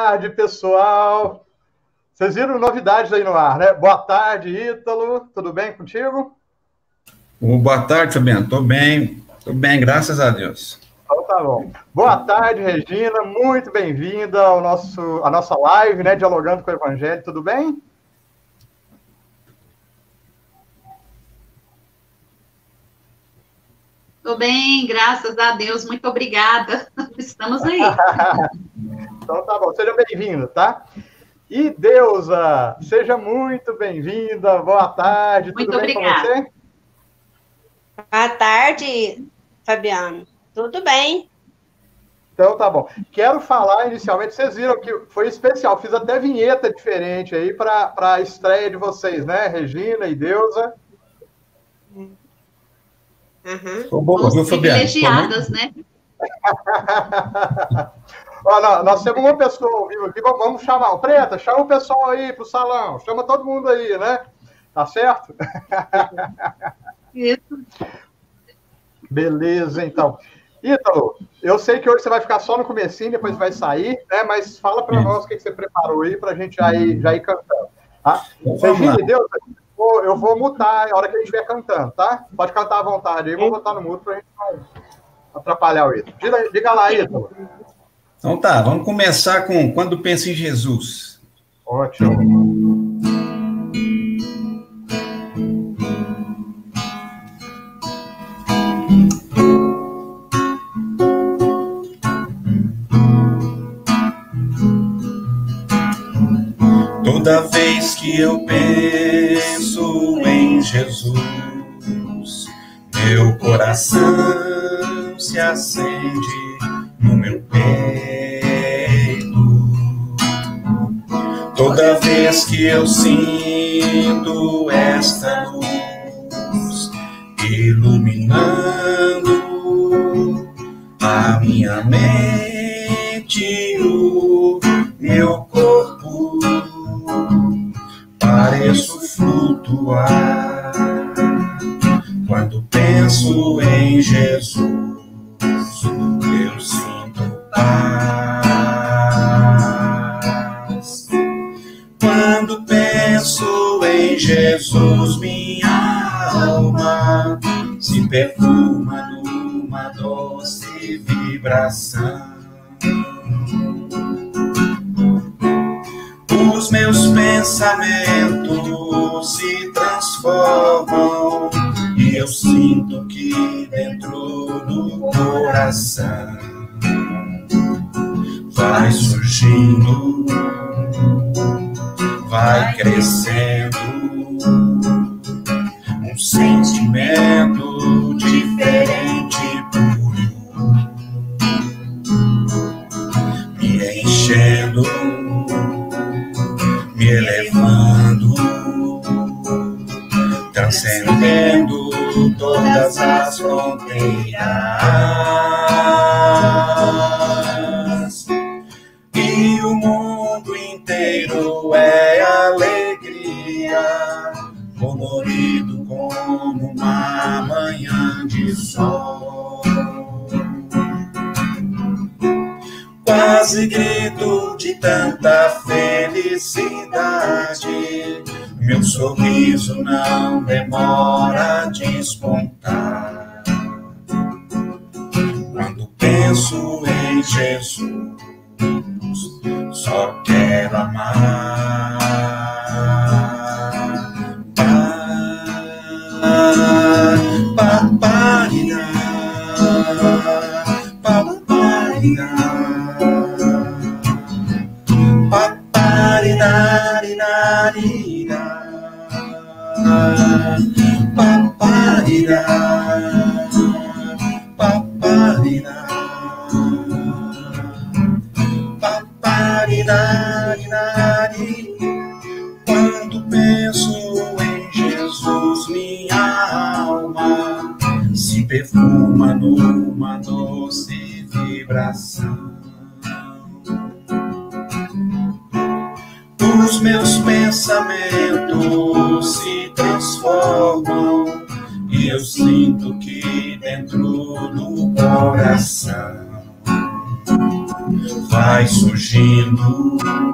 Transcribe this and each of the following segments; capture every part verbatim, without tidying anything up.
tarde, pessoal. Vocês viram novidades aí no ar, né? Boa tarde, Ítalo. Tudo bem contigo? Boa tarde, Fabiano. Estou bem. Estou bem, graças a Deus. Então tá bom. Boa tarde, Regina. Muito bem-vinda ao nosso, à nossa live, né? Dialogando com o Evangelho. Tudo bem? Tudo bem, graças a Deus. Muito obrigada. Estamos aí. Então tá bom. Seja bem-vindo, tá? E Deusa, seja muito bem-vinda. Boa tarde. Muito Tudo bem obrigada. com você? Boa tarde, Fabiano. Tudo bem? Então tá bom. Quero falar inicialmente, vocês viram que foi especial, fiz até vinheta diferente aí para a estreia de vocês, né? Regina e Deusa. Uhum. Ficou boa, viu, Fabiano? Privilegiadas, né? Ó, nós, nós temos uma pessoa ao vivo aqui, vamos, vamos chamar. O Preta, chama o pessoal aí pro salão, chama todo mundo aí, né? Tá certo? Isso. Beleza, então. Ítalo, eu sei que hoje você vai ficar só no comecinho, depois vai sair, né? Mas fala para nós o que você preparou aí para a gente já ir, já ir cantando, tá? Regina e Deus, eu vou, eu vou mutar a hora que a gente estiver cantando, tá? Pode cantar à vontade aí, vou botar no mudo para a gente não atrapalhar o Ítalo. Diga, diga lá, Ítalo. Então tá, vamos começar com Quando Penso em Jesus. Ótimo. Toda vez que eu penso em Jesus, meu coração se acende no meu peito. Toda vez que eu sinto esta luz iluminando a minha mente, o meu corpo, pareço flutuar. Quando penso em Jesus, eu sinto paz. Quando penso em Jesus, minha alma se perfuma numa doce vibração. Os meus pensamentos se transformam e eu sinto que dentro do coração vai surgindo, vai crescendo um sentimento diferente, puro, me enchendo, me elevando, transcendendo todas as fronteiras. E o mundo inteiro é alegria, colorido como uma manhã de sol. Quase grito de tanta felicidade, meu sorriso não demora a despontar. Quando penso em Jesus, só quero amar. Paparida, paparida, paparida, paparida, paparida, paparida. Quando penso em Jesus, minha alma se perfuma numa doce vibração. Os meus pensamentos se transformam e eu sinto que dentro do coração vai surgindo,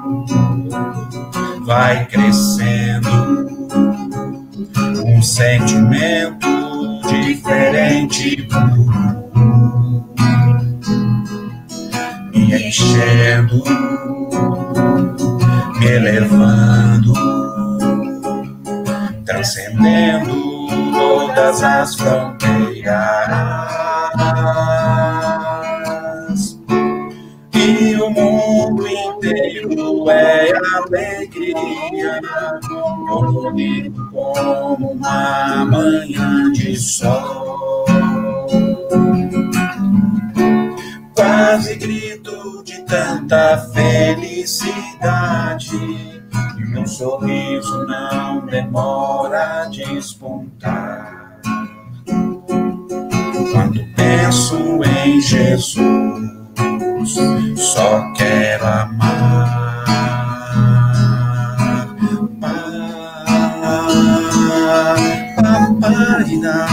vai crescendo, um sentimento diferente, me enchendo, me elevando, transcendendo todas as fronteiras. E o mundo inteiro é alegria, colorido como uma manhã de sol. Quase grito de tanta felicidade, e meu sorriso não demora a despontar. Quando penso em Jesus, só quero amar. Paparina,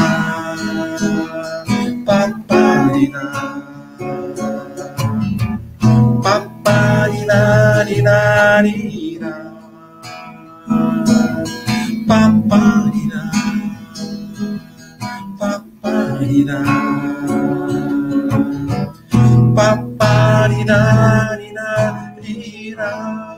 paparina, paparina, paparina, paparina, paparina.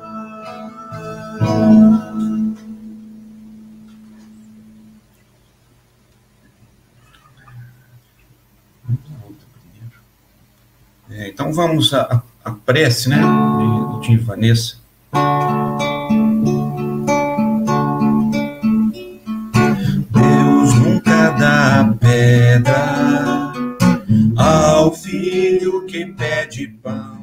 É, então vamos à, à prece, né, do Tim Vanessa. Deus nunca dá pedra ao filho que pede pão.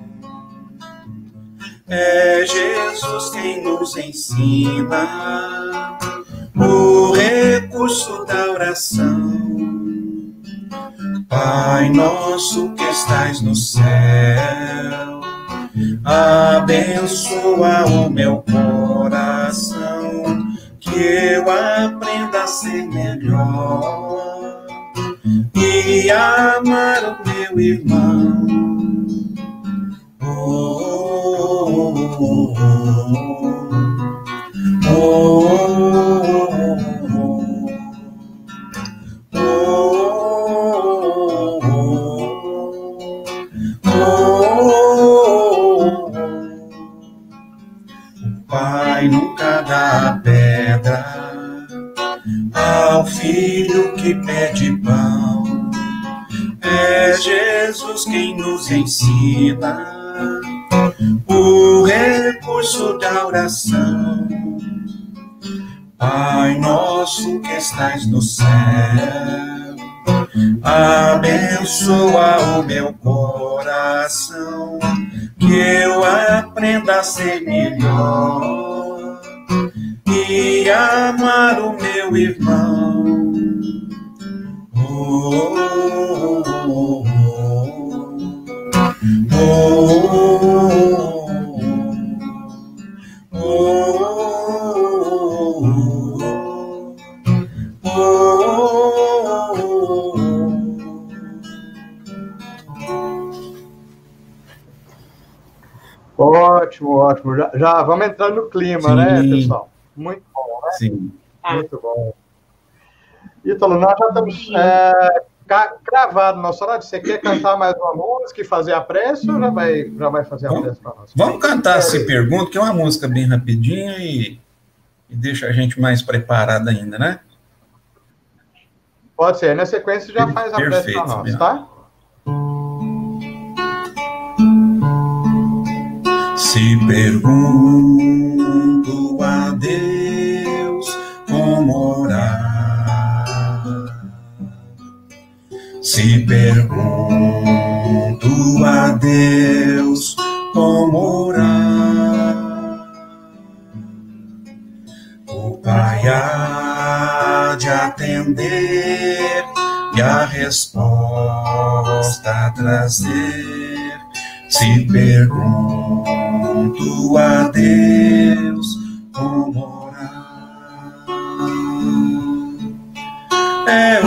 É Jesus quem nos ensina o recurso da oração. Pai nosso que estais no céu, abençoa o meu coração, que eu aprenda a ser melhor e amar o meu irmão. Oh, oh, oh, oh, oh, Pai nunca dá pedra ao filho que pede pão. É Jesus quem nos ensina o recurso da oração. Pai nosso que estais no céu, abençoa o meu coração, que eu aprenda a ser melhor e amar o meu irmão. Oh, oh, oh, oh, oh, oh, oh. Ótimo, ótimo. Já, já vamos entrar no clima, Sim. né, pessoal? Muito bom, né? Sim. Muito bom. Ítalo, nós já estamos é, cravado no nosso horário. Você quer cantar mais uma música e fazer a prece ou já vai, já vai fazer a Vamos, prece para nós? vamos cantar é, Se Pergunta, que é uma música bem rapidinha e, e deixa a gente mais preparado ainda, né? Pode ser. Na sequência já faz a Perfeito, prece para nós, mesmo. Tá? Se pergunto a Deus como orar, se pergunto a Deus como orar, o Pai há de atender e a resposta trazer. Se pergunto a Deus como orar, é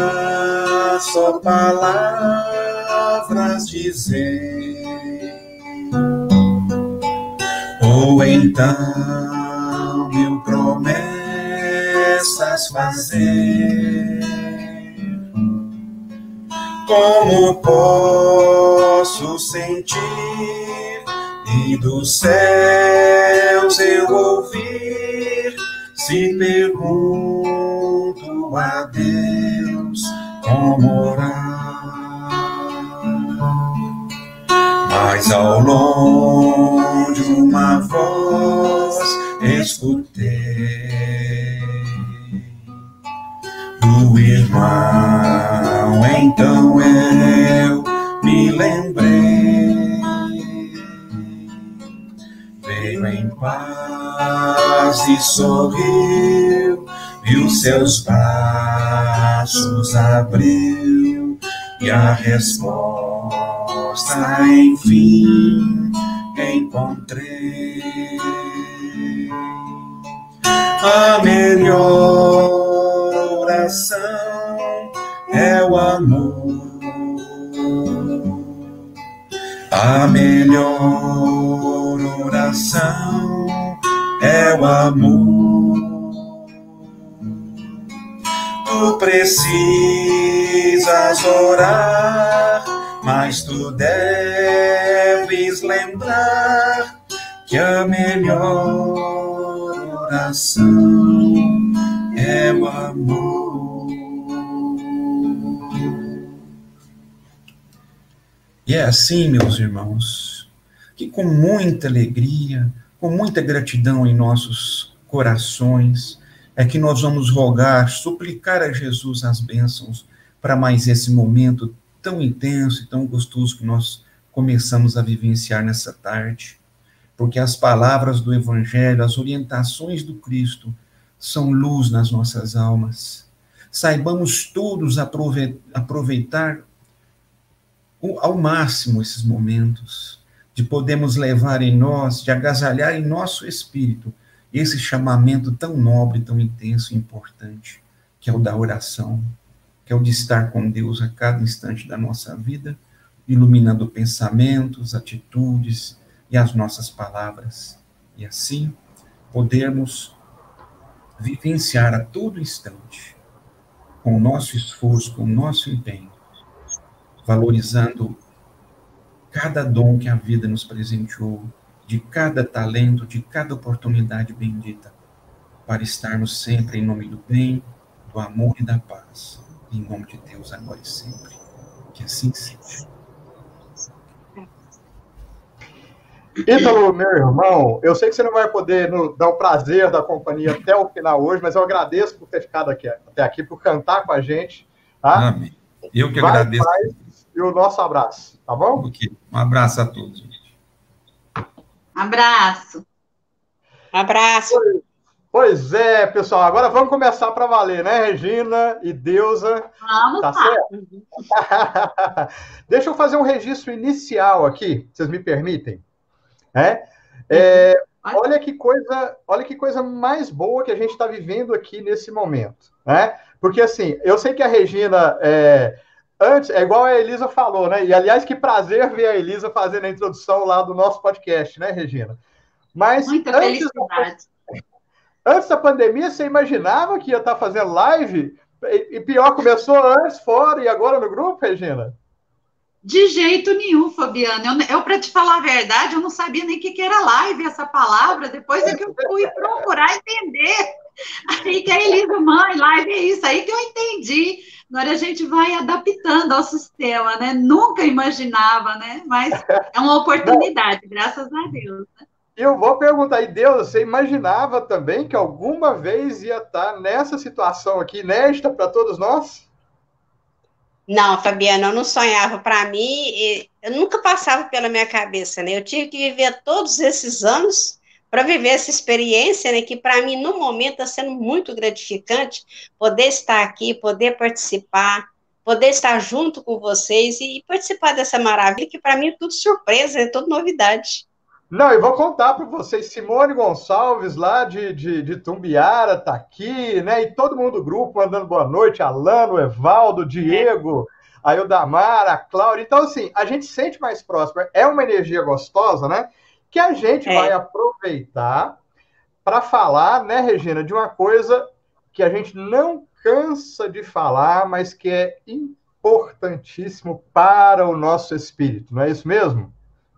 orar só palavras dizer, então mil promessas fazer. Como posso sentir e dos céus eu ouvir, se pergunto a Deus como orar? Mas ao longe uma voz escutei do irmão, então eu me lembrei. Veio em paz e sorriu, e os seus braços abriu, e a resposta enfim encontrei. A melhor oração é o amor. A melhor oração é o amor. Tu precisas orar, mas tu deves lembrar que a melhor oração é o amor. E é assim, meus irmãos, que com muita alegria, com muita gratidão em nossos corações, é que nós vamos rogar, suplicar a Jesus as bênçãos para mais esse momento tão intenso e tão gostoso que nós começamos a vivenciar nessa tarde. Porque as palavras do Evangelho, as orientações do Cristo, são luz nas nossas almas. Saibamos todos aproveitar ao máximo esses momentos, de podermos levar em nós, de agasalhar em nosso espírito, esse chamamento tão nobre, tão intenso e importante, que é o da oração, que é o de estar com Deus a cada instante da nossa vida, iluminando pensamentos, atitudes e as nossas palavras. E assim, podermos vivenciar a todo instante, com o nosso esforço, com o nosso empenho, valorizando cada dom que a vida nos presenteou, de cada talento, de cada oportunidade bendita, para estarmos sempre em nome do bem, do amor e da paz, em nome de Deus, agora e sempre. Que assim seja. Ítalo, meu irmão, eu sei que você não vai poder nos dar o prazer da companhia até o final hoje, mas eu agradeço por ter ficado aqui, até aqui, por cantar com a gente. Tá? Amém. Eu que vai, agradeço. Vai, e o nosso abraço, tá bom? Okay. Um abraço a todos. Abraço. Abraço. Pois é, pessoal, agora vamos começar para valer, né, Regina e Deusa? Vamos tá lá. Certo? Deixa eu fazer um registro inicial aqui, vocês me permitem? É? É, olha que coisa, olha que coisa mais boa que a gente está vivendo aqui nesse momento, né? Porque assim, eu sei que a Regina é, antes, é igual a Elisa falou, né? E aliás, que prazer ver a Elisa fazendo a introdução lá do nosso podcast, né, Regina? Mas muita antes felicidade. Da, antes da pandemia, você imaginava que ia estar fazendo live? E, e pior, começou antes fora e agora no grupo, Regina? De jeito nenhum, Fabiana. Eu, eu para te falar a verdade, eu não sabia nem o que, que era live, essa palavra. Depois é que eu fui procurar entender. Aí que a Elisa, mãe, live é isso. Aí que eu entendi. Agora a gente vai adaptando ao sistema, né? Nunca imaginava, né? Mas é uma oportunidade, graças a Deus. Né? Eu vou perguntar aí, Deus, você imaginava também que alguma vez ia estar nessa situação aqui, inédita para todos nós? Não, Fabiana, eu não sonhava. Para mim, eu nunca passava pela minha cabeça, né? Eu tive que viver todos esses anos para viver essa experiência, né? Que para mim, no momento, está sendo muito gratificante poder estar aqui, poder participar, poder estar junto com vocês e participar dessa maravilha, que para mim é tudo surpresa, é tudo novidade. Não, eu vou contar para vocês, Simone Gonçalves, lá de, de, de Tumbiara, está aqui, né? E todo mundo do grupo mandando boa noite, Alano, Evaldo, Diego, é. a Eudamar, a Cláudia. Então, assim, a gente sente mais próximo. É uma energia gostosa, né? que a gente É. vai aproveitar para falar, né, Regina, de uma coisa que a gente não cansa de falar, mas que é importantíssimo para o nosso espírito, não é isso mesmo?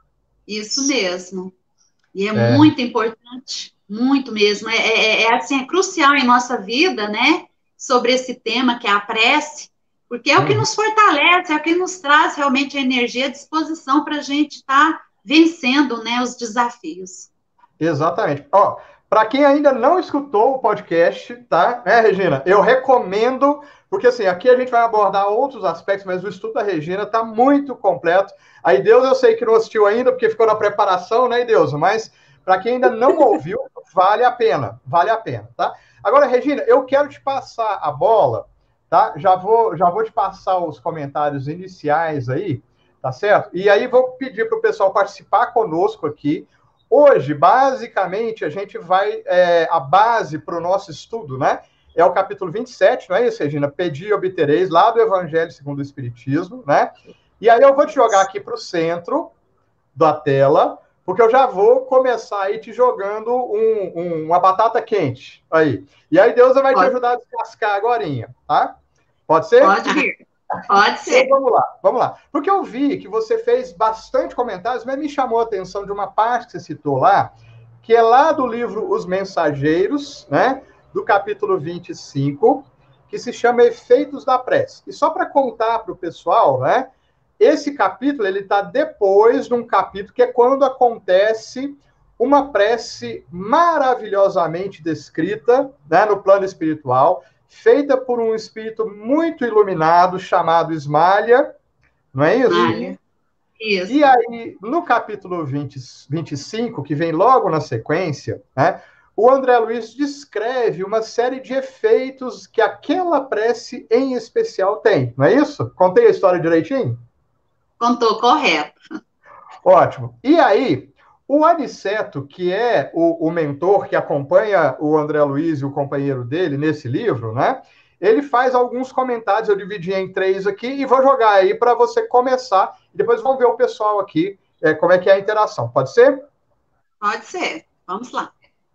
Isso mesmo. E é, É. muito importante, muito mesmo. É, é, é, assim, é crucial em nossa vida, né? Sobre esse tema que é a prece, porque é o que Uhum. nos fortalece, é o que nos traz realmente a energia, a disposição para a gente estar tá vencendo, né, os desafios. Exatamente. Ó, para quem ainda não escutou o podcast, tá? Né, Regina? Eu recomendo, porque assim, aqui a gente vai abordar outros aspectos, mas o estudo da Regina está muito completo. Aí Deus, eu sei que não assistiu ainda, porque ficou na preparação, né, Deus? Mas para quem ainda não ouviu, vale a pena, vale a pena, tá? Agora, Regina, eu quero te passar a bola, tá? Já vou, já vou te passar os comentários iniciais aí, tá certo? E aí vou pedir para o pessoal participar conosco aqui. Hoje, basicamente, a gente vai, é, a base para o nosso estudo, né, é o capítulo vinte e sete, não é isso, Regina? Pedi e obtereis, lá do Evangelho segundo o Espiritismo, né? E aí eu vou te jogar aqui para o centro da tela, porque eu já vou começar aí te jogando um, um, uma batata quente, aí. E aí Deus vai Pode. te ajudar a descascar agorinha, tá? Pode ser? Pode vir. Pode ser. Então, vamos lá, vamos lá. Porque eu vi que você fez bastante comentários, mas me chamou a atenção de uma parte que você citou lá, que é lá do livro Os Mensageiros, né, do capítulo vinte e cinco, que se chama Efeitos da Prece. E só para contar para o pessoal, né, esse capítulo ele está depois de um capítulo que é quando acontece uma prece maravilhosamente descrita, né, no plano espiritual, feita por um espírito muito iluminado, chamado Ismalha, não é isso? Ismalha. Isso. E aí, no capítulo vinte, vinte e cinco, que vem logo na sequência, né, o André Luiz descreve uma série de efeitos que aquela prece em especial tem, não é isso? Contei a história direitinho? Contou correto. Ótimo. E aí, o Aniceto, que é o, o mentor que acompanha o André Luiz e o companheiro dele nesse livro, né? Ele faz alguns comentários, eu dividi em três aqui, e vou jogar aí para você começar, e depois vamos ver o pessoal aqui, é, como é que é a interação. Pode ser? Pode ser. Vamos lá.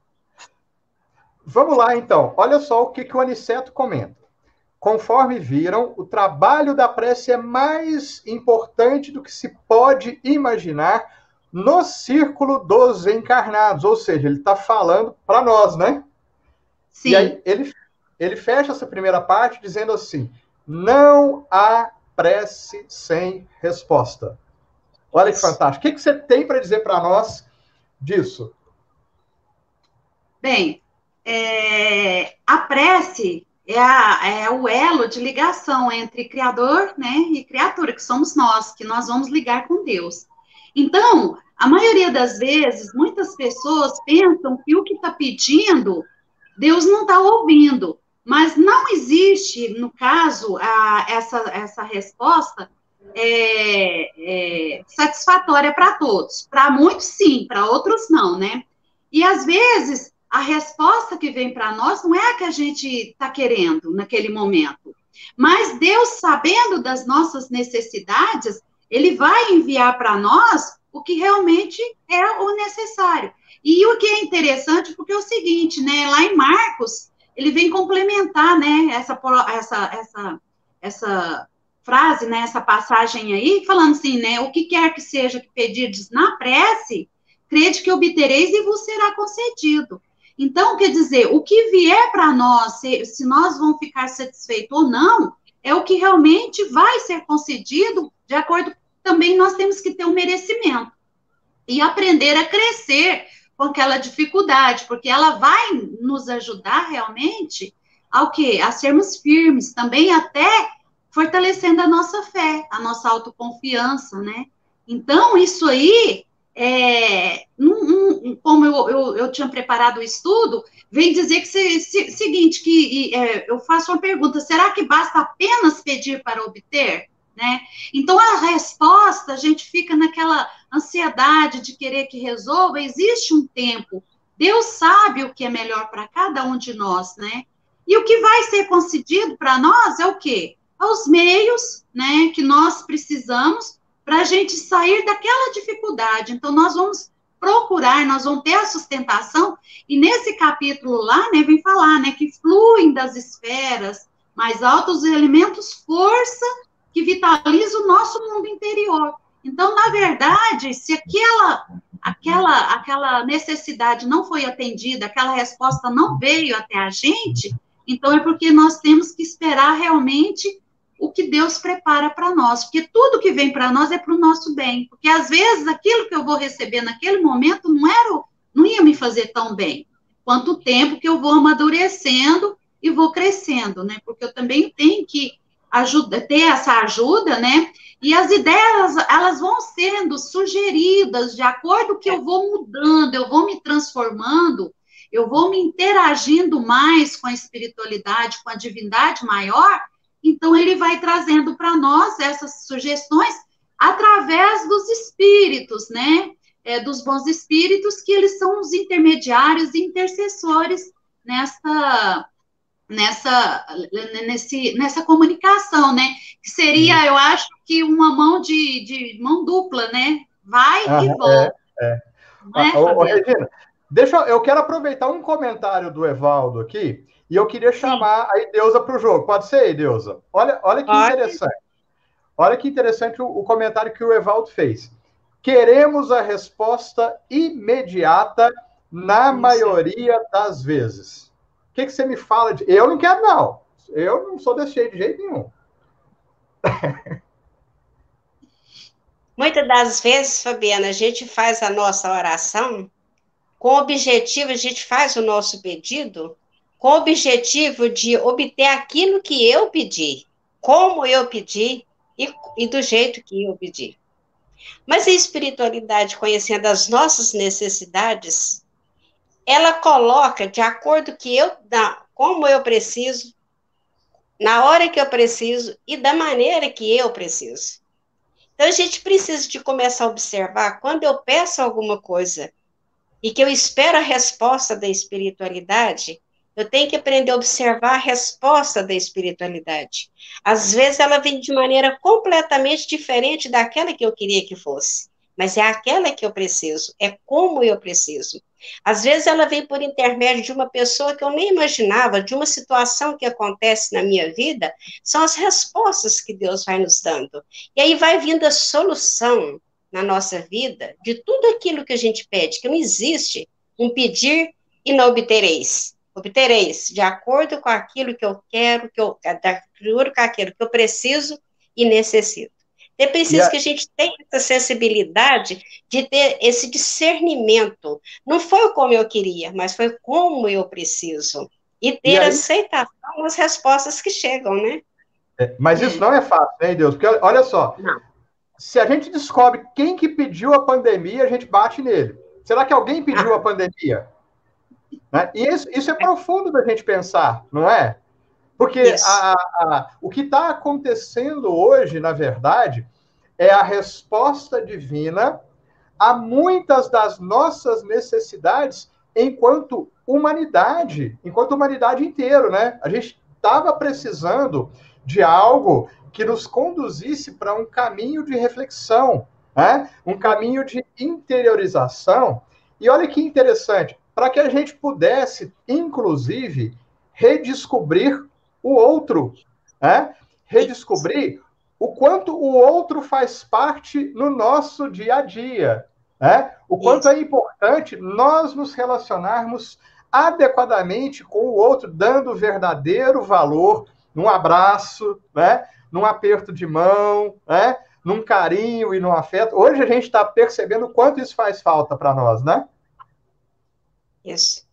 Vamos lá, então. Olha só o que, que o Aniceto comenta. Conforme viram, o trabalho da prece é mais importante do que se pode imaginar no círculo dos encarnados. Ou seja, ele está falando para nós, né? Sim. E aí ele, ele fecha essa primeira parte dizendo assim, não há prece sem resposta. Olha que fantástico. O que, que você tem para dizer para nós disso? Bem, é, a prece... É, a, é o elo de ligação entre Criador, né, e criatura, que somos nós, que nós vamos ligar com Deus. Então, a maioria das vezes, muitas pessoas pensam que o que está pedindo, Deus não está ouvindo, mas não existe, no caso, a, essa, essa resposta é, é, satisfatória para todos. Para muitos, sim, para outros, não, né? E, às vezes, a resposta que vem para nós não é a que a gente está querendo naquele momento. Mas Deus, sabendo das nossas necessidades, Ele vai enviar para nós o que realmente é o necessário. E o que é interessante, porque é o seguinte, né? Lá em Marcos, ele vem complementar, né? Essa, essa, essa, essa frase, né? Essa passagem aí, falando assim, né? O que quer que seja que pedirdes na prece, crede que obtereis e vos será concedido. Então, quer dizer, o que vier para nós, se, se nós vamos ficar satisfeitos ou não, é o que realmente vai ser concedido, de acordo, também nós temos que ter um merecimento. E aprender a crescer com aquela dificuldade, porque ela vai nos ajudar realmente ao quê? A sermos firmes, também até fortalecendo a nossa fé, a nossa autoconfiança, né? Então, isso aí... É, num, um, como eu, eu, eu tinha preparado o estudo, vem dizer que se, se, seguinte, que é, eu faço uma pergunta, será que basta apenas pedir para obter? Né? Então, a resposta, a gente fica naquela ansiedade de querer que resolva, existe um tempo, Deus sabe o que é melhor para cada um de nós, né? E o que vai ser concedido para nós é o quê? Os meios, né, que nós precisamos para a gente sair daquela dificuldade. Então, nós vamos procurar, nós vamos ter a sustentação, e nesse capítulo lá, né, vem falar, né, que fluem das esferas mais altas os elementos força que vitaliza o nosso mundo interior. Então, na verdade, se aquela, aquela, aquela necessidade não foi atendida, aquela resposta não veio até a gente, então é porque nós temos que esperar realmente o que Deus prepara para nós, porque tudo que vem para nós é para o nosso bem, porque às vezes aquilo que eu vou receber naquele momento não era, não ia me fazer tão bem, quanto o tempo que eu vou amadurecendo e vou crescendo, né, porque eu também tenho que ajuda, ter essa ajuda, né, e as ideias, elas vão sendo sugeridas de acordo com que eu vou mudando, eu vou me transformando, eu vou me interagindo mais com a espiritualidade, com a divindade maior, então ele vai trazendo para nós essas sugestões através dos espíritos, né, é, dos bons espíritos, que eles são os intermediários e intercessores nessa... nessa, nesse, nessa comunicação, né, que seria, eu acho, que uma mão de, de mão dupla, né, vai ah, e volta. É, é. Né, ah, ô, Regina, deixa, eu quero aproveitar um comentário do Evaldo aqui, e eu queria chamar Sim. a Ideusa para o jogo. Pode ser, Ideusa? Olha, olha que Pode. interessante. Olha que interessante o, o comentário que o Evaldo fez. Queremos a resposta imediata na Isso. maioria das vezes. O que, que você me fala de... Eu não quero, não. Eu não sou desse jeito de jeito nenhum. Muitas das vezes, Fabiana, a gente faz a nossa oração com o objetivo, a gente faz o nosso pedido com o objetivo de obter aquilo que eu pedi, como eu pedi e, e do jeito que eu pedi. Mas a espiritualidade, conhecendo as nossas necessidades, ela coloca de acordo que eu, da, como eu preciso, na hora que eu preciso e da maneira que eu preciso. Então, a gente precisa de começar a observar, quando eu peço alguma coisa e que eu espero a resposta da espiritualidade, eu tenho que aprender a observar a resposta da espiritualidade. Às vezes, ela vem de maneira completamente diferente daquela que eu queria que fosse, mas é aquela que eu preciso, é como eu preciso. Às vezes ela vem por intermédio de uma pessoa que eu nem imaginava, de uma situação que acontece na minha vida, são as respostas que Deus vai nos dando. E aí vai vindo a solução na nossa vida de tudo aquilo que a gente pede, que não existe um pedir e não obtereis. Obtereis de acordo com aquilo que eu quero, que eu, de acordo com aquilo que eu preciso e necessito. É preciso a... que a gente tenha essa sensibilidade de ter esse discernimento. Não foi como eu queria, mas foi como eu preciso. E ter e aí... aceitação nas respostas que chegam, né? É, mas é. isso não é fácil, né, Deus? Porque, olha só, não. Se a gente descobre quem que pediu a pandemia, a gente bate nele. Será que alguém pediu ah. a pandemia? Né? E isso, isso é profundo da gente pensar, não é? Porque a, a, o que está acontecendo hoje, na verdade, é a resposta divina a muitas das nossas necessidades enquanto humanidade, enquanto humanidade inteira, né? A gente estava precisando de algo que nos conduzisse para um caminho de reflexão, né? Um caminho de interiorização. E olha que interessante, para que a gente pudesse, inclusive, redescobrir o outro, né? Redescobrir o quanto o outro faz parte no nosso dia a dia, né? O quanto é importante nós nos relacionarmos adequadamente com o outro, dando verdadeiro valor num abraço, né? Num aperto de mão, né? Num carinho e num afeto. Hoje a gente está percebendo o quanto isso faz falta para nós, né? Isso.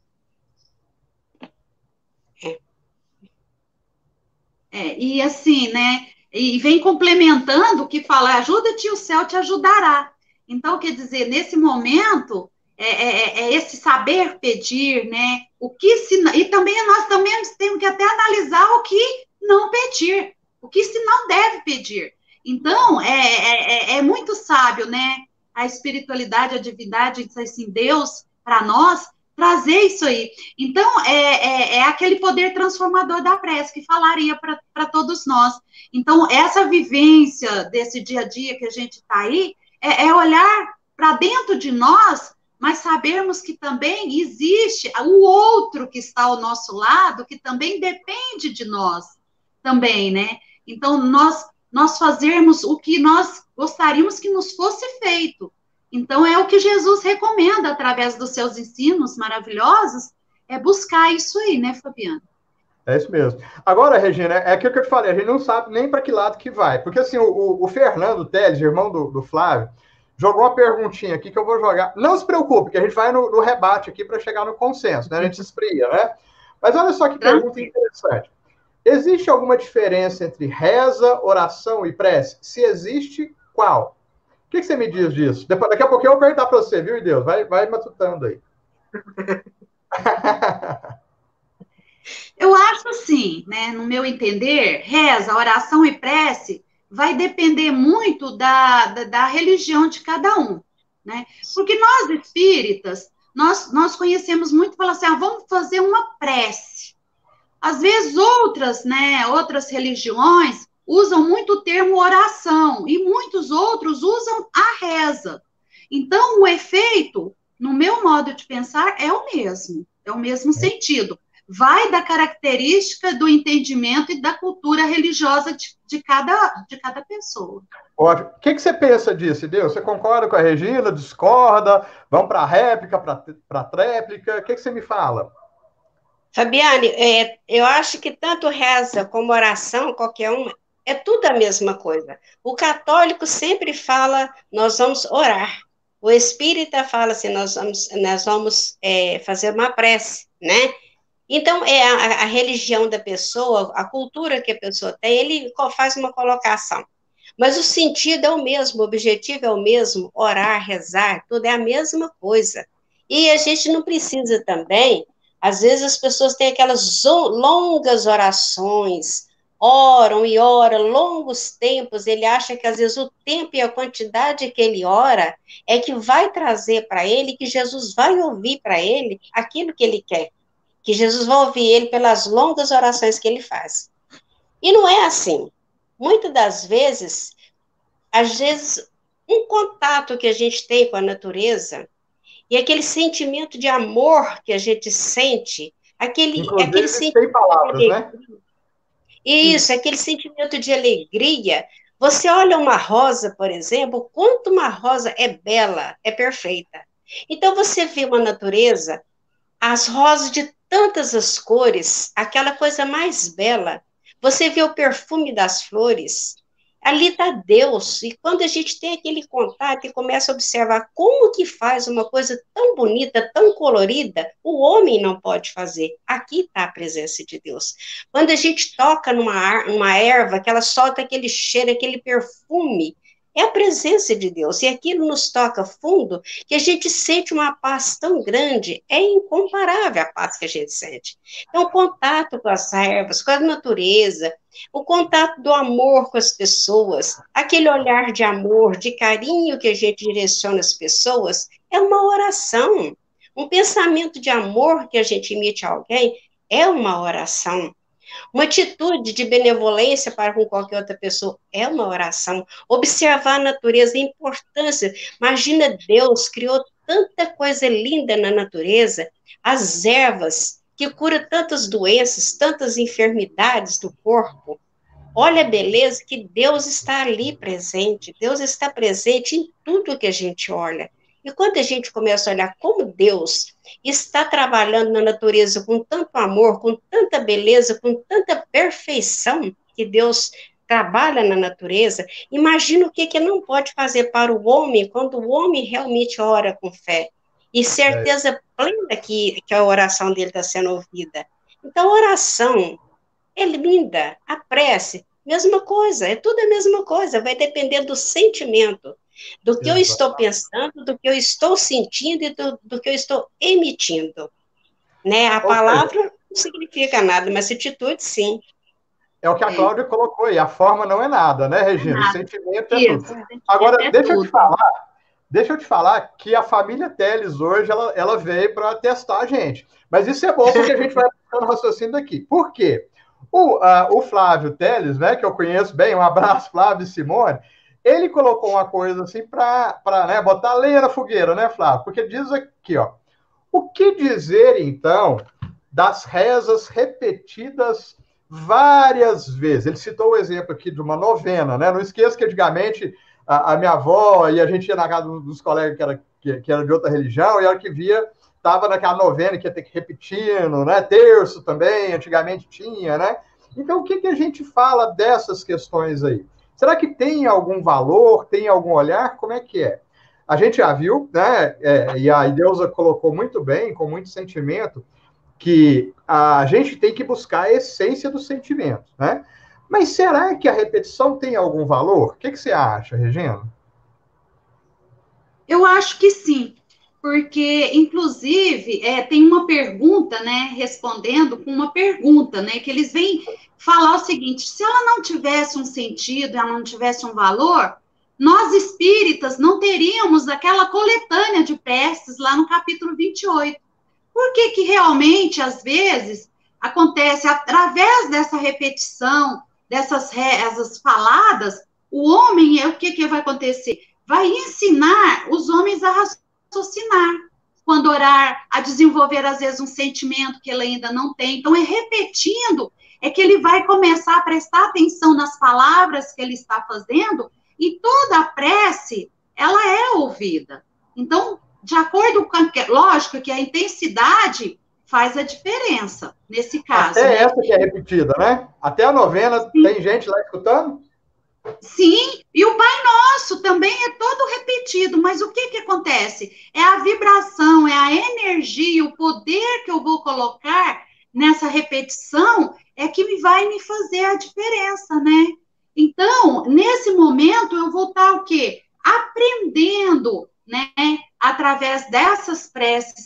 É, e assim, né, e vem complementando o que fala, ajuda-te, o céu te ajudará. Então, quer dizer, nesse momento, é, é, é esse saber pedir, né, o que se, e também nós também temos que até analisar o que não pedir, o que se não deve pedir. Então, é, é, é muito sábio, né, a espiritualidade, a divindade, assim, Deus, para nós, trazer isso aí. Então, é, é, é aquele poder transformador da prece que falaria para todos nós. Então, essa vivência desse dia a dia que a gente está aí, é, é olhar para dentro de nós, mas sabermos que também existe o outro que está ao nosso lado, que também depende de nós, também, né? Então, nós, nós fazermos o que nós gostaríamos que nos fosse feito. Então, é o que Jesus recomenda, através dos seus ensinos maravilhosos, é buscar isso aí, né, Fabiana? É isso mesmo. Agora, Regina, é aquilo que eu te falei, a gente não sabe nem para que lado que vai. Porque, assim, o, o Fernando Teles, irmão do, do Flávio, jogou uma perguntinha aqui que eu vou jogar. Não se preocupe, que a gente vai no, no rebate aqui para chegar no consenso, né? A gente se esfria, né? Mas olha só que pergunta interessante. Existe alguma diferença entre reza, oração e prece? Se existe, qual? O que, que você me diz disso? Depois, daqui a pouco eu vou perguntar para você, viu, Deus? Vai, vai matutando aí. Eu acho assim, né, no meu entender, reza, oração e prece vai depender muito da, da, da religião de cada um, né? Porque nós espíritas, nós, nós conhecemos muito, falar assim, ah, vamos fazer uma prece. Às vezes outras, né, outras religiões usam muito o termo oração e muitos outros usam a reza. Então, o efeito, no meu modo de pensar, é o mesmo, é o mesmo sentido. Vai da característica do entendimento e da cultura religiosa de, de, cada, de cada pessoa. Ótimo. O que, que você pensa disso, Deus? Você concorda com a Regina? Discorda? Vamos para a réplica, para a tréplica? O que, que você me fala? Fabiane, é, eu acho que tanto reza como oração, qualquer uma, é tudo a mesma coisa. O católico sempre fala, nós vamos orar. O espírita fala assim, nós vamos, nós vamos é, fazer uma prece, né? Então, é a, a religião da pessoa, a cultura que a pessoa tem, ele faz uma colocação. Mas o sentido é o mesmo, o objetivo é o mesmo, orar, rezar, tudo é a mesma coisa. E a gente não precisa também, às vezes as pessoas têm aquelas longas orações, oram e oram, longos tempos, ele acha que às vezes o tempo e a quantidade que ele ora é que vai trazer para ele, que Jesus vai ouvir para ele aquilo que ele quer. Que Jesus vai ouvir ele pelas longas orações que ele faz. E não é assim. Muitas das vezes, às vezes, um contato que a gente tem com a natureza e aquele sentimento de amor que a gente sente, aquele, aquele sentimento sem palavras, de né? Isso, aquele sentimento de alegria. Você olha uma rosa, por exemplo, quanto uma rosa é bela, é perfeita. Então, você vê uma natureza, as rosas de tantas as cores, aquela coisa mais bela. Você vê o perfume das flores, ali está Deus. E quando a gente tem aquele contato e começa a observar como que faz uma coisa tão bonita, tão colorida, o homem não pode fazer. Aqui está a presença de Deus. Quando a gente toca numa, numa erva, que ela solta aquele cheiro, aquele perfume, é a presença de Deus, e aquilo nos toca fundo, que a gente sente uma paz tão grande, é incomparável a paz que a gente sente. Então, o contato com as ervas, com a natureza, o contato do amor com as pessoas, aquele olhar de amor, de carinho que a gente direciona às pessoas, é uma oração. Um pensamento de amor que a gente emite a alguém é uma oração. Uma atitude de benevolência para com qualquer outra pessoa é uma oração. Observar a natureza, a importância. Imagina, Deus criou tanta coisa linda na natureza, as ervas, que cura tantas doenças, tantas enfermidades do corpo. Olha a beleza que Deus está ali presente. Deus está presente em tudo que a gente olha. E quando a gente começa a olhar como Deus está trabalhando na natureza com tanto amor, com tanta beleza, com tanta perfeição que Deus trabalha na natureza, imagina o que que não pode fazer para o homem quando o homem realmente ora com fé e certeza é. plena que, que a oração dele está sendo ouvida. Então, a oração é linda, a prece, mesma coisa, é tudo a mesma coisa, vai depender do sentimento, do que Exato. eu estou pensando, do que eu estou sentindo e do, do que eu estou emitindo. Né? A Ou palavra seja, não significa nada, mas atitude, sim. É o que a Cláudia é. colocou aí, a forma não é nada, né, Regina? Nada. O sentimento é Isso, tudo. Agora, é deixa tudo. eu te falar, deixa eu te falar que a família Teles hoje, ela, ela veio para testar a gente. Mas isso é bom porque a gente vai buscando raciocínio daqui. Por quê? O, uh, o Flávio Teles, né, que eu conheço bem, um abraço, Flávio e Simone, ele colocou uma coisa assim para né, botar lenha na fogueira, né, Flávio? Porque diz aqui, ó, o que dizer, então, das rezas repetidas várias vezes? Ele citou o exemplo aqui de uma novena, né? Não esqueça que antigamente a, a minha avó e a gente ia na casa dos colegas que era, que, que era de outra religião e a hora que via, estava naquela novena que ia ter que ir repetindo, né? Terço também, antigamente tinha, né? Então, o que, que a gente fala dessas questões aí? Será que tem algum valor, tem algum olhar? Como é que é? A gente já viu, né? É, e a Ideusa colocou muito bem, com muito sentimento, que a gente tem que buscar a essência do sentimento, né? Mas será que a repetição tem algum valor? O que, que você acha, Regina? Eu acho que sim, porque, inclusive, é, tem uma pergunta, né, respondendo com uma pergunta, né, que eles vêm falar o seguinte, se ela não tivesse um sentido, ela não tivesse um valor, nós espíritas não teríamos aquela coletânea de preces lá no capítulo vinte e oito. Por que que realmente, às vezes, acontece, através dessa repetição, dessas rezas faladas, o homem, o que que vai acontecer? Vai ensinar os homens a raciocinar, quando orar, a desenvolver, às vezes, um sentimento que ele ainda não tem. Então, é repetindo, é que ele vai começar a prestar atenção nas palavras que ele está fazendo, e toda a prece, ela é ouvida. Então, de acordo com, lógico que a intensidade faz a diferença, nesse caso. Até né? essa que é repetida, né? Até a novena, sim. Tem gente lá escutando? Sim, e o Pai Nosso também é todo repetido, mas o que que acontece? É a vibração, é a energia, o poder que eu vou colocar nessa repetição é que vai me fazer a diferença, né? Então, nesse momento, eu vou estar o quê? Aprendendo, né? Através dessas preces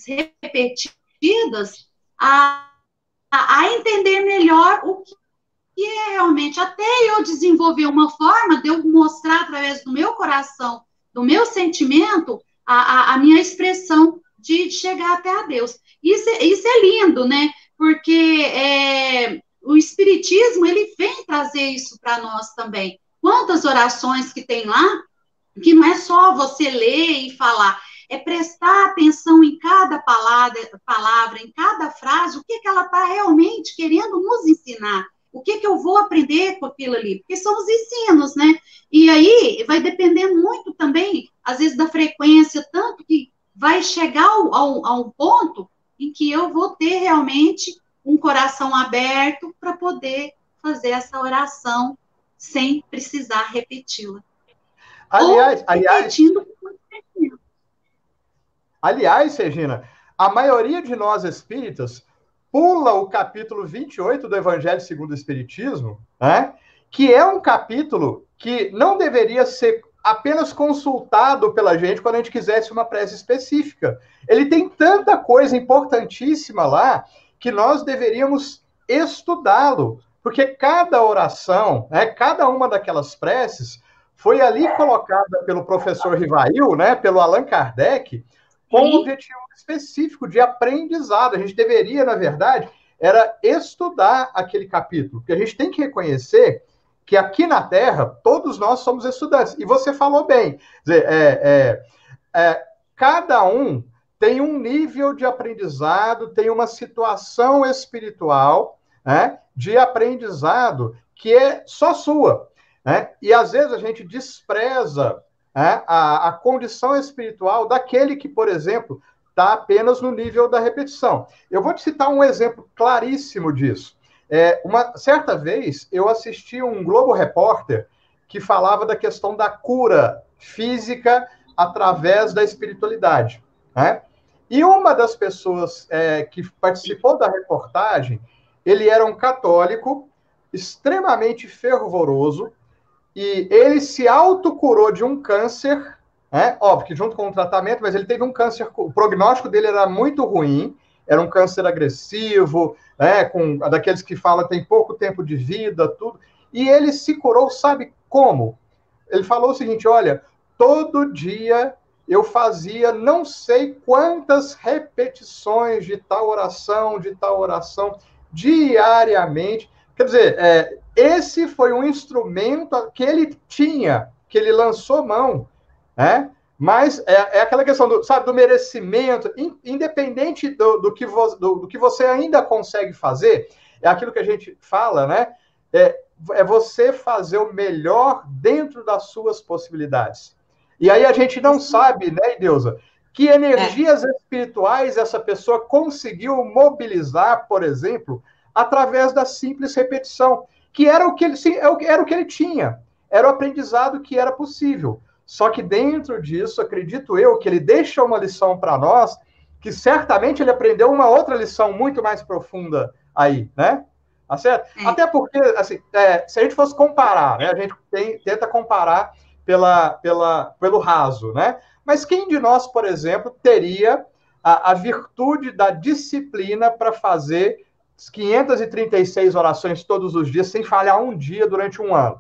repetidas, a, a, a entender melhor o que E é realmente, até eu desenvolver uma forma de eu mostrar através do meu coração, do meu sentimento, a, a, a minha expressão de chegar até a Deus. Isso, isso é lindo, né? Porque é, o Espiritismo, ele vem trazer isso para nós também. Quantas orações que tem lá, que não é só você ler e falar, é prestar atenção em cada palavra, palavra em cada frase, o que, que ela está realmente querendo nos ensinar. O que, que eu vou aprender com aquilo ali? Porque são os ensinos, né? E aí vai depender muito também, às vezes, da frequência, tanto que vai chegar ao, ao, a um ponto em que eu vou ter realmente um coração aberto para poder fazer essa oração sem precisar repeti-la. Aliás, Ou aliás, repetindo. aliás, Regina, a maioria de nós espíritas pula o capítulo vinte e oito do Evangelho segundo o Espiritismo, né? Que é um capítulo que não deveria ser apenas consultado pela gente quando a gente quisesse uma prece específica. Ele tem tanta coisa importantíssima lá que nós deveríamos estudá-lo, porque cada oração, né, cada uma daquelas preces foi ali colocada pelo professor Rivail, né, pelo Allan Kardec, com um objetivo específico de aprendizado. A gente deveria, na verdade, era estudar aquele capítulo, porque a gente tem que reconhecer que aqui na Terra, todos nós somos estudantes. E você falou bem, quer dizer, é, é, é, cada um tem um nível de aprendizado, tem uma situação espiritual, né, de aprendizado que é só sua. Né? E às vezes a gente despreza, né, a, a condição espiritual daquele que, por exemplo, está apenas no nível da repetição. Eu vou te citar um exemplo claríssimo disso. É, uma certa vez, eu assisti um Globo Repórter que falava da questão da cura física através da espiritualidade. Né? E uma das pessoas é, que participou da reportagem, ele era um católico extremamente fervoroso, e ele se autocurou de um câncer, né? Óbvio que junto com o tratamento, mas ele teve um câncer, o prognóstico dele era muito ruim, era um câncer agressivo, né? Com, daqueles que falam tem pouco tempo de vida, tudo, e ele se curou, sabe como? Ele falou o seguinte, olha, todo dia eu fazia não sei quantas repetições de tal oração, de tal oração, diariamente. Quer dizer, é, esse foi um instrumento que ele tinha que ele lançou mão, né? Mas é, é aquela questão do, sabe, do merecimento, in, independente do, do, que vo, do, do que você ainda consegue fazer, é aquilo que a gente fala, né? É, é você fazer o melhor dentro das suas possibilidades. E aí a gente não sabe, né, Ideusa, que energias é. espirituais essa pessoa conseguiu mobilizar, por exemplo, através da simples repetição, que era o que ele, era o que ele tinha, era o aprendizado que era possível. Só que dentro disso, acredito eu, que ele deixa uma lição para nós, que certamente ele aprendeu uma outra lição muito mais profunda aí, né? Tá certo? É. Até porque, assim, é, se a gente fosse comparar, né? A gente tem, tenta comparar pela, pela, pelo raso, né? Mas quem de nós, por exemplo, teria a, a virtude da disciplina para fazer quinhentas e trinta e seis orações todos os dias, sem falhar um dia durante um ano?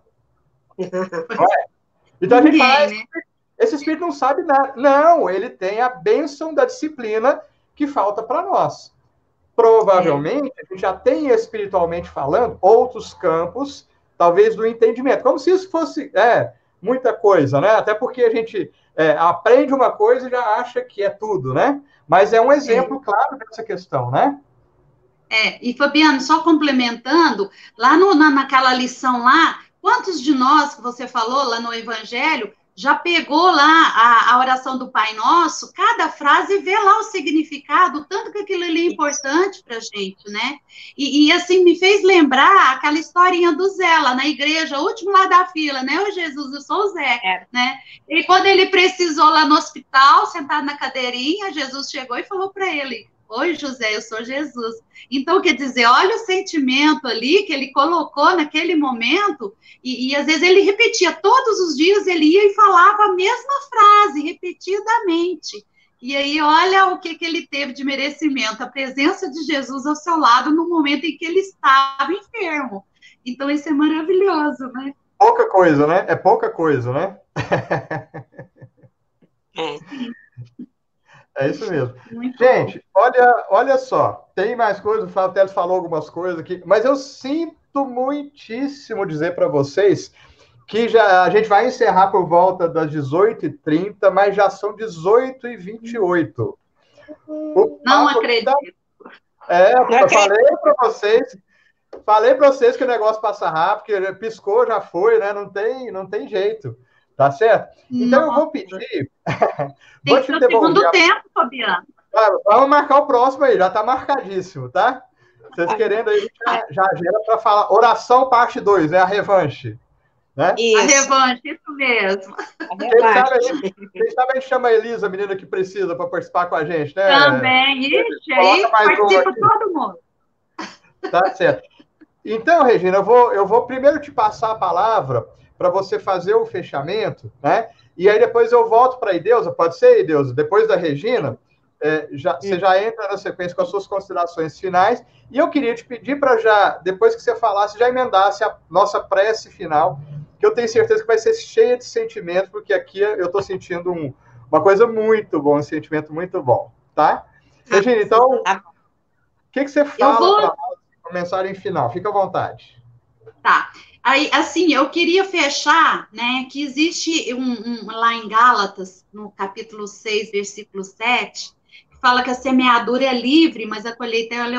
Não é? Então a gente fala, né? Esse espírito não sabe nada. Não, ele tem a bênção da disciplina que falta para nós. Provavelmente, é. a gente já tem, espiritualmente falando, outros campos, talvez do entendimento. Como se isso fosse é, muita coisa, né? Até porque a gente é, aprende uma coisa e já acha que é tudo, né? Mas é um exemplo é. claro dessa questão, né? É, e Fabiano, só complementando, lá no, na, naquela lição lá, quantos de nós, que você falou lá no Evangelho, já pegou lá a, a oração do Pai Nosso, cada frase vê lá o significado, tanto que aquilo ali é importante para a gente, né? E, e, assim, me fez lembrar aquela historinha do Zé lá na igreja, o último lá da fila, né? Ô Jesus, eu sou o Zé, é. né? E quando ele precisou lá no hospital, sentado na cadeirinha, Jesus chegou e falou para ele: oi, José, eu sou Jesus. Então, quer dizer, olha o sentimento ali que ele colocou naquele momento, e, e às vezes ele repetia, todos os dias ele ia e falava a mesma frase, repetidamente. E aí, olha o que, que ele teve de merecimento, a presença de Jesus ao seu lado no momento em que ele estava enfermo. Então, isso é maravilhoso, né? Pouca coisa, né? É pouca coisa, né? É. É isso mesmo. Muito Gente, olha, olha só, tem mais coisas, o Flávio Teles falou algumas coisas aqui, mas eu sinto muitíssimo dizer para vocês que já, a gente vai encerrar por volta das dezoito e trinta, mas já são dezoito e vinte e oito. Não acredito. Tá... É, eu falei para vocês, falei para vocês que o negócio passa rápido, que piscou, já foi, né? Não tem, não tem jeito. Tá certo? Então, Nossa. eu vou pedir... Tem que ser o segundo tempo, Fabiano. Vamos marcar o próximo aí, já está marcadíssimo, tá? Vocês querendo aí, já, já gera para falar. Oração parte dois, né? A revanche. Né? Isso. A revanche, isso mesmo. Quem sabe, gente, quem sabe a gente chama a Elisa, a menina que precisa, para participar com a gente, né? Também, ixi, aí participa todo mundo. Tá certo. Então, Regina, eu vou, eu vou primeiro te passar a palavra para você fazer o fechamento, né? E aí depois eu volto para a Ideusa, pode ser, Ideusa? Depois da Regina, é, já, você já entra na sequência com as suas considerações finais. E eu queria te pedir para já, depois que você falasse, já emendasse a nossa prece final, que eu tenho certeza que vai ser cheia de sentimento, porque aqui eu estou sentindo um, uma coisa muito boa, um sentimento muito bom, tá? Regina, então, o que, que você fala vou... para nós na mensagem final? Fica à vontade. Tá. Aí, assim, eu queria fechar, né, que existe um, um, lá em Gálatas, no capítulo seis, versículo sete, que fala que a semeadura é livre, mas a colheita ela é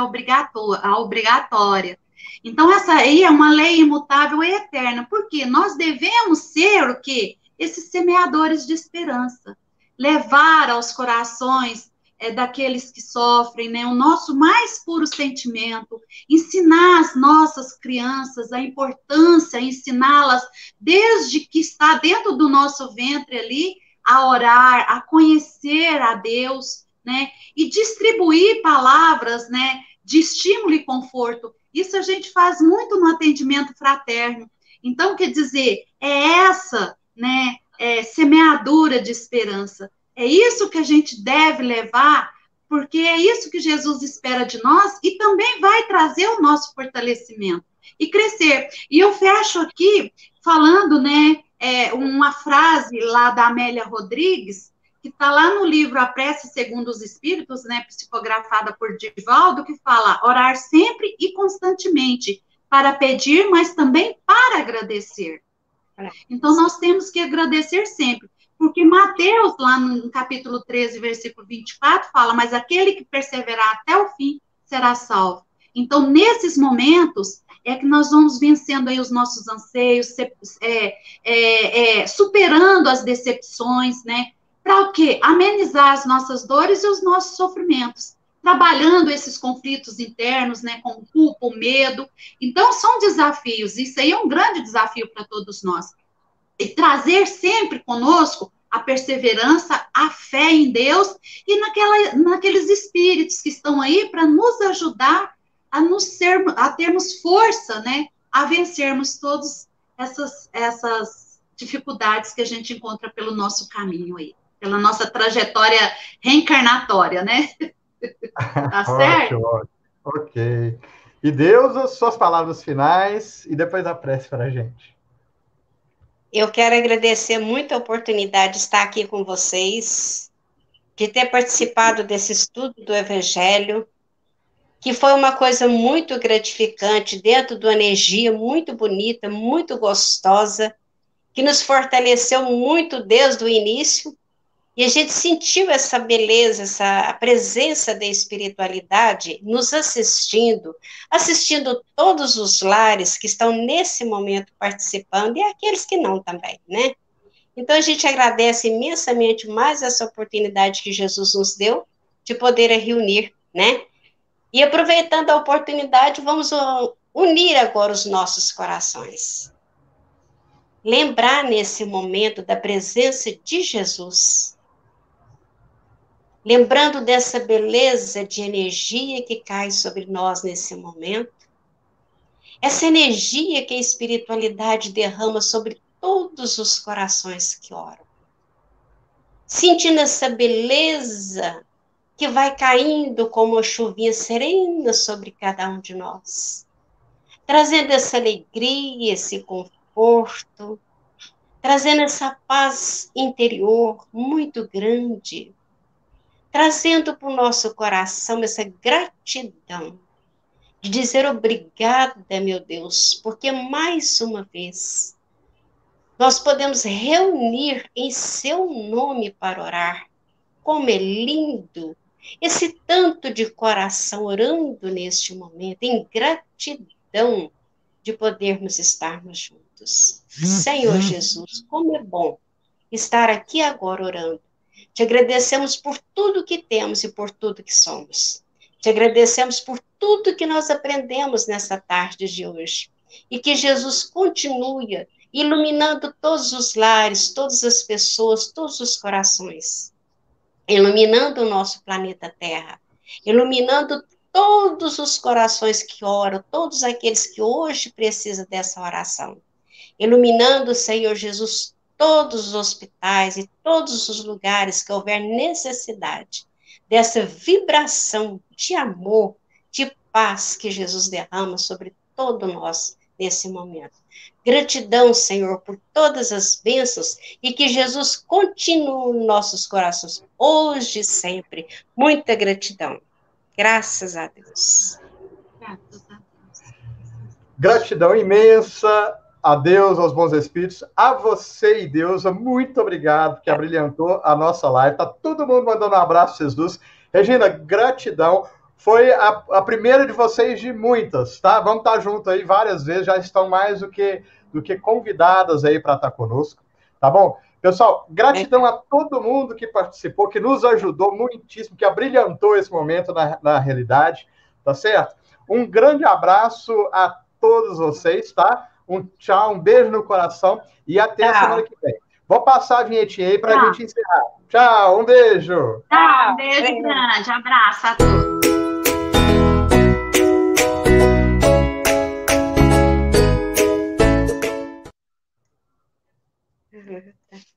obrigatória. Então, essa aí é uma lei imutável e eterna, porque nós devemos ser o quê? Esses semeadores de esperança. Levar aos corações é, daqueles que sofrem, né, o nosso mais puro sentimento, ensinar as nossas crianças a importância, ensiná-las desde que está dentro do nosso ventre ali, a orar, a conhecer a Deus, né, e distribuir palavras, né, de estímulo e conforto. Isso a gente faz muito no atendimento fraterno. Então, quer dizer, é essa, né, é, semeadura de esperança. É isso que a gente deve levar, porque é isso que Jesus espera de nós e também vai trazer o nosso fortalecimento e crescer. E eu fecho aqui falando, né, é, uma frase lá da Amélia Rodrigues, que está lá no livro A Prece Segundo os Espíritos, né, psicografada por Divaldo, que fala: orar sempre e constantemente, para pedir, mas também para agradecer. Então, nós temos que agradecer sempre, porque Mateus, lá no capítulo treze, versículo vinte e quatro, fala, mas aquele que perseverar até o fim será salvo. Então, nesses momentos, é que nós vamos vencendo aí os nossos anseios, é, é, é, superando as decepções, né? Para o quê? Amenizar as nossas dores e os nossos sofrimentos, trabalhando esses conflitos internos, né? Com culpa, o medo. Então, são desafios, isso aí é um grande desafio para todos nós. E trazer sempre conosco a perseverança, a fé em Deus e naquela, naqueles espíritos que estão aí para nos ajudar a, nos ser, a termos força, né, a vencermos todas essas, essas dificuldades que a gente encontra pelo nosso caminho aí, pela nossa trajetória reencarnatória, né? Tá certo? Ótimo, ótimo. Ok. E Deus, as suas palavras finais e depois a prece para a gente. Eu quero agradecer muito a oportunidade de estar aqui com vocês, de ter participado desse estudo do Evangelho, que foi uma coisa muito gratificante, dentro de uma energia muito bonita, muito gostosa, que nos fortaleceu muito desde o início, e a gente sentiu essa beleza, essa a presença da espiritualidade nos assistindo, assistindo todos os lares que estão nesse momento participando, e aqueles que não também, né? Então, a gente agradece imensamente mais essa oportunidade que Jesus nos deu, de poder reunir, né? E aproveitando a oportunidade, vamos unir agora os nossos corações. Lembrar nesse momento da presença de Jesus. Lembrando dessa beleza de energia que cai sobre nós nesse momento. Essa energia que a espiritualidade derrama sobre todos os corações que oram. Sentindo essa beleza que vai caindo como uma chuvinha serena sobre cada um de nós, trazendo essa alegria, esse conforto, trazendo essa paz interior muito grande, trazendo para o nosso coração essa gratidão, de dizer obrigada, meu Deus, porque mais uma vez nós podemos reunir em seu nome para orar. Como é lindo esse tanto de coração orando neste momento, em gratidão de podermos estarmos juntos. Senhor Jesus, como é bom estar aqui agora orando. Te agradecemos por tudo que temos e por tudo que somos. Te agradecemos por tudo que nós aprendemos nessa tarde de hoje. E que Jesus continue iluminando todos os lares, todas as pessoas, todos os corações. Iluminando o nosso planeta Terra, iluminando todos os corações que oram, todos aqueles que hoje precisam dessa oração. Iluminando, Senhor Jesus, todos os hospitais e todos os lugares que houver necessidade dessa vibração de amor, de paz que Jesus derrama sobre todo nós nesse momento. Gratidão, Senhor, por todas as bênçãos e que Jesus continue nos nossos corações, hoje e sempre. Muita gratidão. Graças a Deus. Graças a Deus. Gratidão imensa a Deus, aos bons espíritos, a você e Deus, muito obrigado, que abrilhantou a nossa live. Tá todo mundo mandando um abraço, Jesus. Regina, gratidão. Foi a, a primeira de vocês de muitas, tá? Vamos estar juntos aí várias vezes, já estão mais do que, do que convidadas aí para estar conosco, tá bom? Pessoal, gratidão a todo mundo que participou, que nos ajudou muitíssimo, que abrilhantou esse momento na, na realidade, tá certo? Um grande abraço a todos vocês, tá? Um tchau, um beijo no coração e até Tchau. a semana que vem. Vou passar a vinhetinha aí para a gente encerrar. Tchau, um beijo. Tchau, um beijo grande, abraço a todos.